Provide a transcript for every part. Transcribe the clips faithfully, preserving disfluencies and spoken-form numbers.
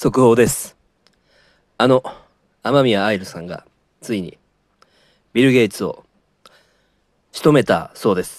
速報です。あの雨宮愛流さんがついにビル・ゲイツを仕留めたそうです。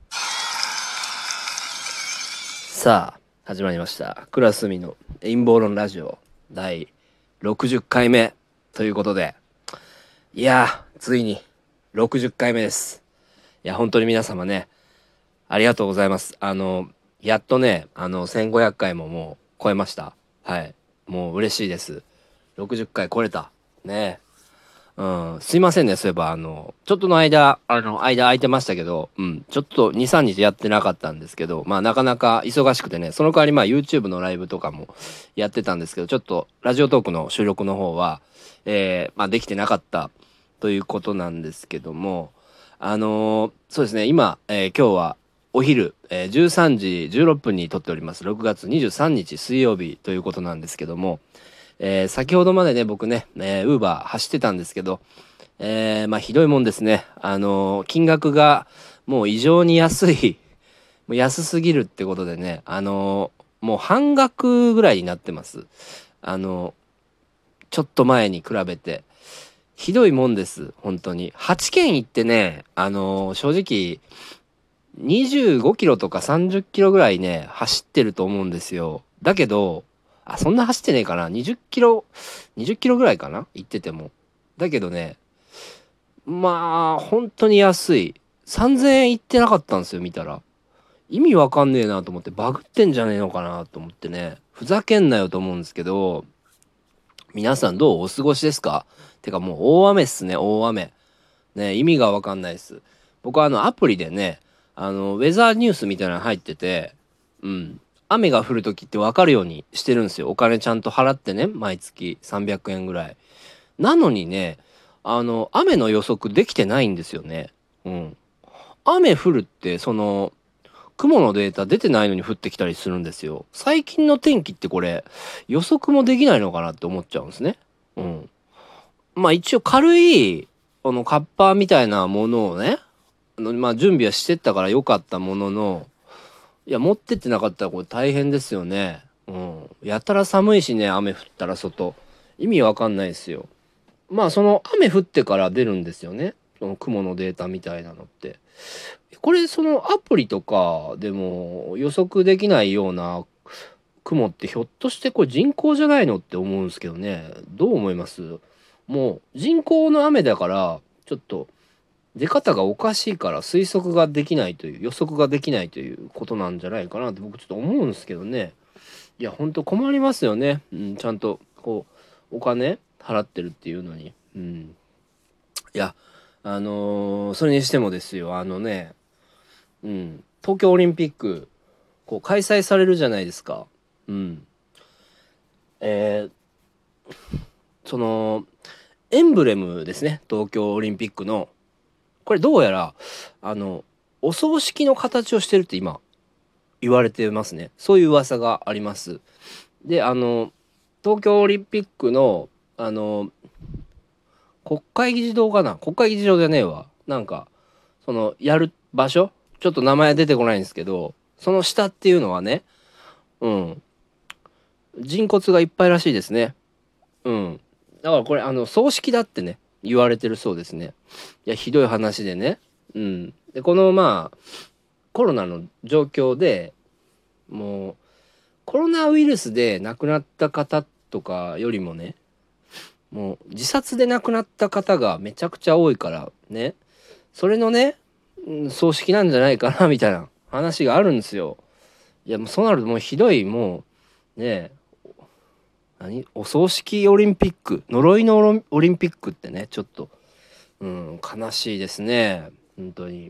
さあ始まりました。クラスミの陰謀論ラジオだいろくじゅっかいめということで、いやーついにろくじゅっかいめです。いや本当に皆様ね、ありがとうございます。あのやっとね、あのせんごひゃっかいももう超えました。はい、もう嬉しいです。ろくじゅっかい超えたね。うん、すいませんね。そういえばあのちょっとの間あの間空いてましたけど、うん、ちょっとにさんにちやってなかったんですけど、まあなかなか忙しくてね、その代わりまあ YouTube のライブとかもやってたんですけど、ちょっとラジオトークの収録の方は、えーまあ、できてなかったということなんですけども、あのーそうですね、今、えー今日はお昼、えーじゅうさんじじゅうろっぷんに撮っております。ろくがつにじゅうさんにち水曜日ということなんですけども、えー先ほどまでね僕ね、えー、ウーバー走ってたんですけど、えーまあひどいもんですね。あのー金額がもう異常に安いもう安すぎるってことでね、あのーもう半額ぐらいになってます。あのーちょっと前に比べてひどいもんです。本当にはちけん行ってね、あのー正直にじゅうごキロとかさんじゅっキロぐらいね走ってると思うんですよ。だけど、あ、そんな走ってねえかな、にじゅっキロにじゅっキロぐらいかな、行ってても。だけどね、まあ本当に安い。さんぜんえんいってなかったんですよ、見たら。意味わかんねえなと思って、バグってんじゃねえのかなと思ってね、ふざけんなよと思うんですけど、皆さんどうお過ごしですか？てかもう大雨っすね、大雨ね。意味がわかんないです。僕はあのアプリでね、あのウェザーニュースみたいなの入ってて、うん、雨が降る時ってわかるようにしてるんですよ。お金ちゃんと払ってね、毎月さんびゃくえんぐらい。なのにね、あの雨の予測できてないんですよね。うん。雨降るってその雲のデータ出てないのに降ってきたりするんですよ。最近の天気ってこれ予測もできないのかなって思っちゃうんですね。うん。まあ一応軽いあのカッパーみたいなものをね、あのまあ準備はしてったから良かったものの、いや持ってってなかったらこれ大変ですよね。うん。やたら寒いしね、雨降ったら外。意味わかんないですよ。まあその雨降ってから出るんですよね。その雲のデータみたいなのって。これそのアプリとかでも予測できないような雲ってひょっとしてこれ人工じゃないのって思うんですけどね。どう思います？もう人工の雨だからちょっと出方がおかしいから推測ができないという予測ができないということなんじゃないかなって僕ちょっと思うんですけどね。いやほんと困りますよね。うん、ちゃんとこうお金払ってるっていうのに。うん。いやあのーそれにしてもですよ、あのね、うん、東京オリンピックこう開催されるじゃないですか。うん。えーそのエンブレムですね、東京オリンピックの。これどうやらあのお葬式の形をしてるって今言われてますね。そういう噂があります。で、あの東京オリンピックのあの国会議事堂かな、国会議事堂じゃねえわ、なんかそのやる場所、ちょっと名前出てこないんですけど、その下っていうのはね、うん、人骨がいっぱいらしいですね。うん。だからこれあの葬式だってね言われてるそうですね。いやひどい話でね。うん。でこのまあコロナの状況でもうコロナウイルスで亡くなった方とかよりもね、もう自殺で亡くなった方がめちゃくちゃ多いからね、それのね、うん葬式なんじゃないかなみたいな話があるんですよ。いやもうそうなるともうひどい、もうね、何お葬式オリンピック、呪いのオロンオリンピックってね、ちょっと、うん、悲しいですね本当に。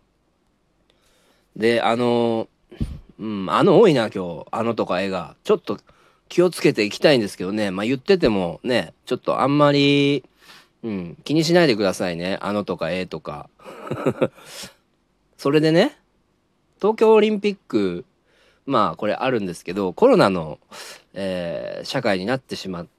であのうん、あの多いな今日、あのとか絵がちょっと気をつけていきたいんですけどね、まあ言っててもねちょっとあんまり、うん、気にしないでくださいね、あのとか絵とか。それでね、東京オリンピック、まあこれあるんですけど、コロナの、えー社会になってしまって、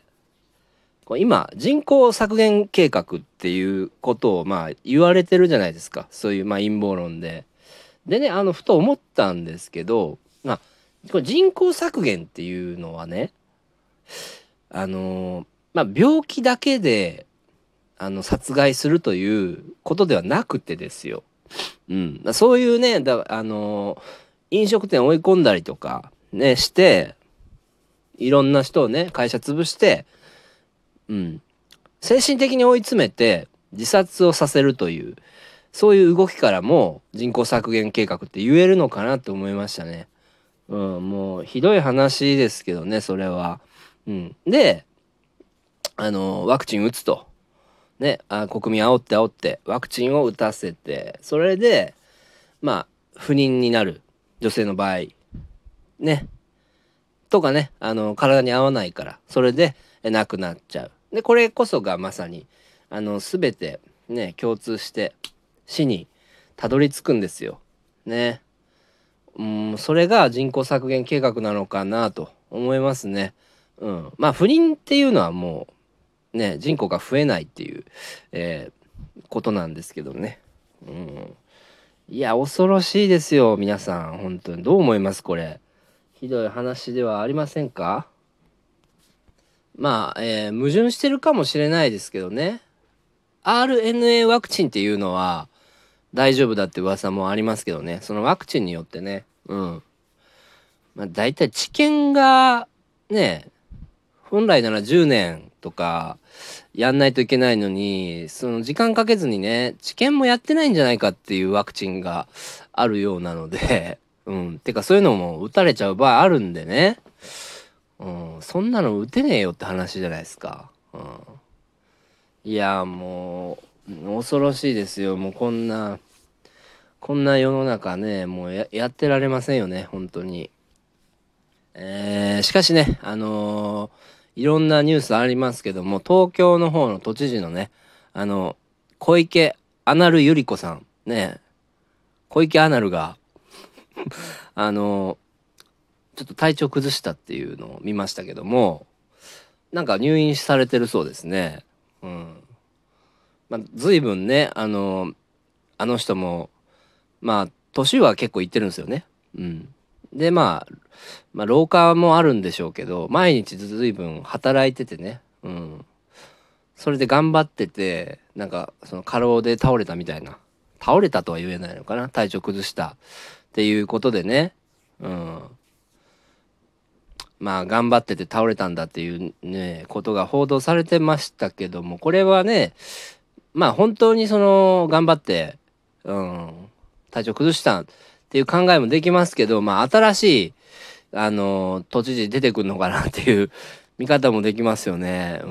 こう今人口削減計画っていうことをまあ言われてるじゃないですか、そういうまあ陰謀論で。でね、あのふと思ったんですけど、まあこれ人口削減っていうのはね、 あのまあ病気だけであの殺害するということではなくてですよ。うん、そういうねだあの飲食店追い込んだりとかねしていろんな人をね会社潰して、うん、精神的に追い詰めて自殺をさせるというそういう動きからも人口削減計画って言えるのかなって思いましたね。うん、もうひどい話ですけどねそれは。うん、であのワクチン打つと。ね、あ国民煽って煽ってワクチンを打たせてそれでまあ不妊になる女性の場合ねとかねあの体に合わないからそれで亡くなっちゃう。でこれこそがまさにあの全てね共通して死にたどり着くんですよ。ね。うんそれが人口削減計画なのかなと思いますね。うん、まあ不妊っていうのはもうね人口が増えないっていう、えーことなんですけどね。うん、いや恐ろしいですよ皆さん本当にどう思いますこれ。ひどい話ではありませんか。まあ、えー矛盾してるかもしれないですけどね アールエヌエー ワクチンっていうのは大丈夫だって噂もありますけどねそのワクチンによってねうんまあ大体治験がね本来ならじゅうねんとかやんないといけないのにその時間かけずにね治験もやってないんじゃないかっていうワクチンがあるようなのでうんてかそういうのも打たれちゃう場合あるんでねうん、そんなの打てねえよって話じゃないですか。うん、いやもう恐ろしいですよ。もうこんなこんな世の中ねもうや、やってられませんよね本当に。えーしかしねあのーいろんなニュースありますけども東京の方の都知事のねあの小池アナル百合子さんね小池アナルがあのーちょっと体調崩したっていうのを見ましたけどもなんか入院されてるそうですね。うん。まあ、随分ね、あの、あの人も、まあ、年は結構いってるんですよね。うん。で、まあ、まあ、老化もあるんでしょうけど、毎日随分働いててね。うん。それで頑張ってて、なんか、その過労で倒れたみたいな。倒れたとは言えないのかな。体調崩したっていうことでね。うん。まあ頑張ってて倒れたんだっていうねことが報道されてましたけどもこれはねまあ本当にその頑張ってうん体調崩したっていう考えもできますけどまあ新しいあの都知事出てくるのかなっていう見方もできますよね。うん、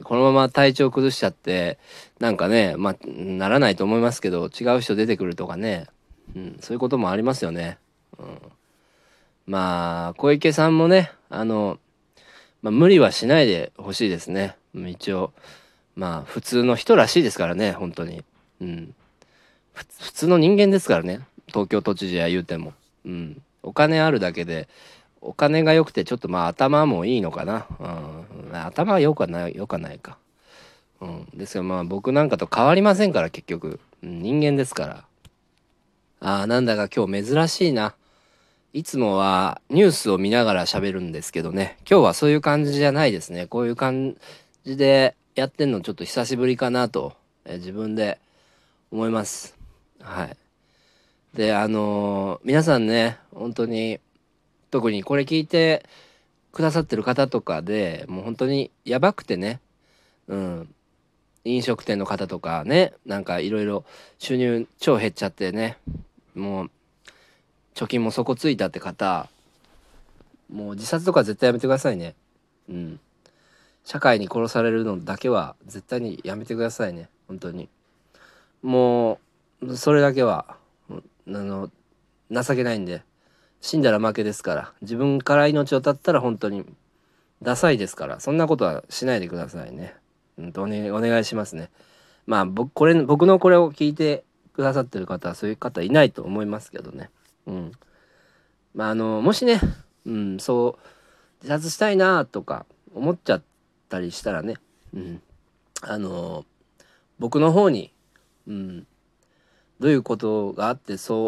このまま体調崩しちゃってなんかねまあならないと思いますけど違う人出てくるとかね、うん、そういうこともありますよね。うん、まあ小池さんもねあのまあ、無理はしないでほしいですね。一応まあ普通の人らしいですからね本当に。うん、ふ普通の人間ですからね東京都知事や言うても。うん、お金あるだけでお金が良くてちょっとまあ頭もいいのかな。うん、頭は良くはない良くはないか。うん、ですがまあ僕なんかと変わりませんから結局、うん、人間ですから。あーなんだか今日珍しいな。いつもはニュースを見ながら喋るんですけどね今日はそういう感じじゃないですね。こういう感じでやってんのちょっと久しぶりかなと、えー自分で思います。はい。であのー皆さんね本当に特にこれ聞いてくださってる方とかでもう本当にやばくてねうん飲食店の方とかねなんかいろいろ収入超減っちゃってねもう貯金も底ついたって方もう自殺とか絶対やめてくださいね。うん。社会に殺されるのだけは絶対にやめてくださいね。本当に。もう、それだけは、うんあの、情けないんで、死んだら負けですから、自分から命を絶ったら本当にダサいですから、そんなことはしないでくださいね。本当にお願いしますね。まあ、僕、これ、僕のこれを聞いてくださってる方はそういう方いないと思いますけどね。うん。まあ、あの、もしね、うん、そう、自殺したいなとか思っちゃったりしたらね、うん、あの僕の方に、うん、どういうことがあってそう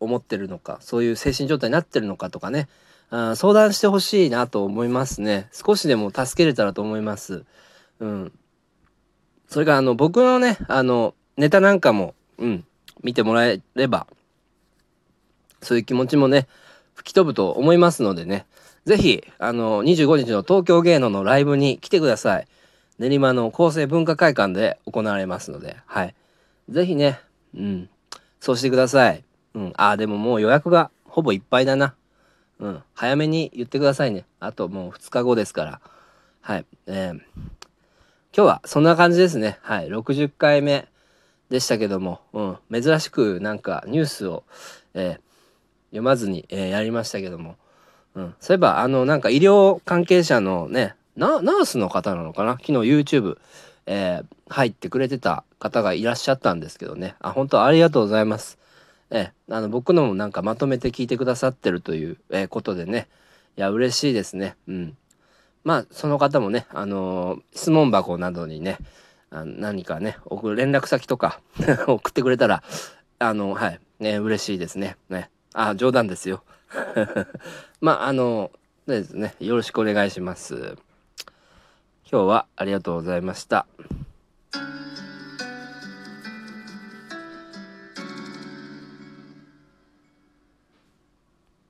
思ってるのか、そういう精神状態になってるのかとかね、あ相談してほしいなと思いますね。少しでも助けれたらと思います。うん。それからあの僕のね、あのネタなんかも、うん、見てもらえれば、そういう気持ちもね、吹き飛ぶと思いますのでね、ぜひ、あの、にじゅうごにちの東京芸能のライブに来てください。練馬の厚生文化会館で行われますので、はい。ぜひね、うん、そうしてください。うん、あ、でももう予約がほぼいっぱいだな。うん、早めに言ってくださいね。あともうふつかごですから。はい。えー、今日はそんな感じですね。はい。ろくじゅっかいめでしたけども、うん、珍しくなんかニュースを、えー、読まずに、えー、やりましたけども、うん、そういえばあのなんか医療関係者のね、ナナースの方なのかな、昨日 YouTube、えー、入ってくれてた方がいらっしゃったんですけどね、あ、本当ありがとうございます。えー、あの僕のもなんかまとめて聞いてくださってるという、えー、ことでね、いや嬉しいですね。うん。まあその方もね、あのー質問箱などにね、あ何かね、送る連絡先とか送ってくれたら、あの、はい、ね、嬉しいですね。ね。あ、冗談ですよ。まあ、あの、ですね、よろしくお願いします。今日はありがとうございました。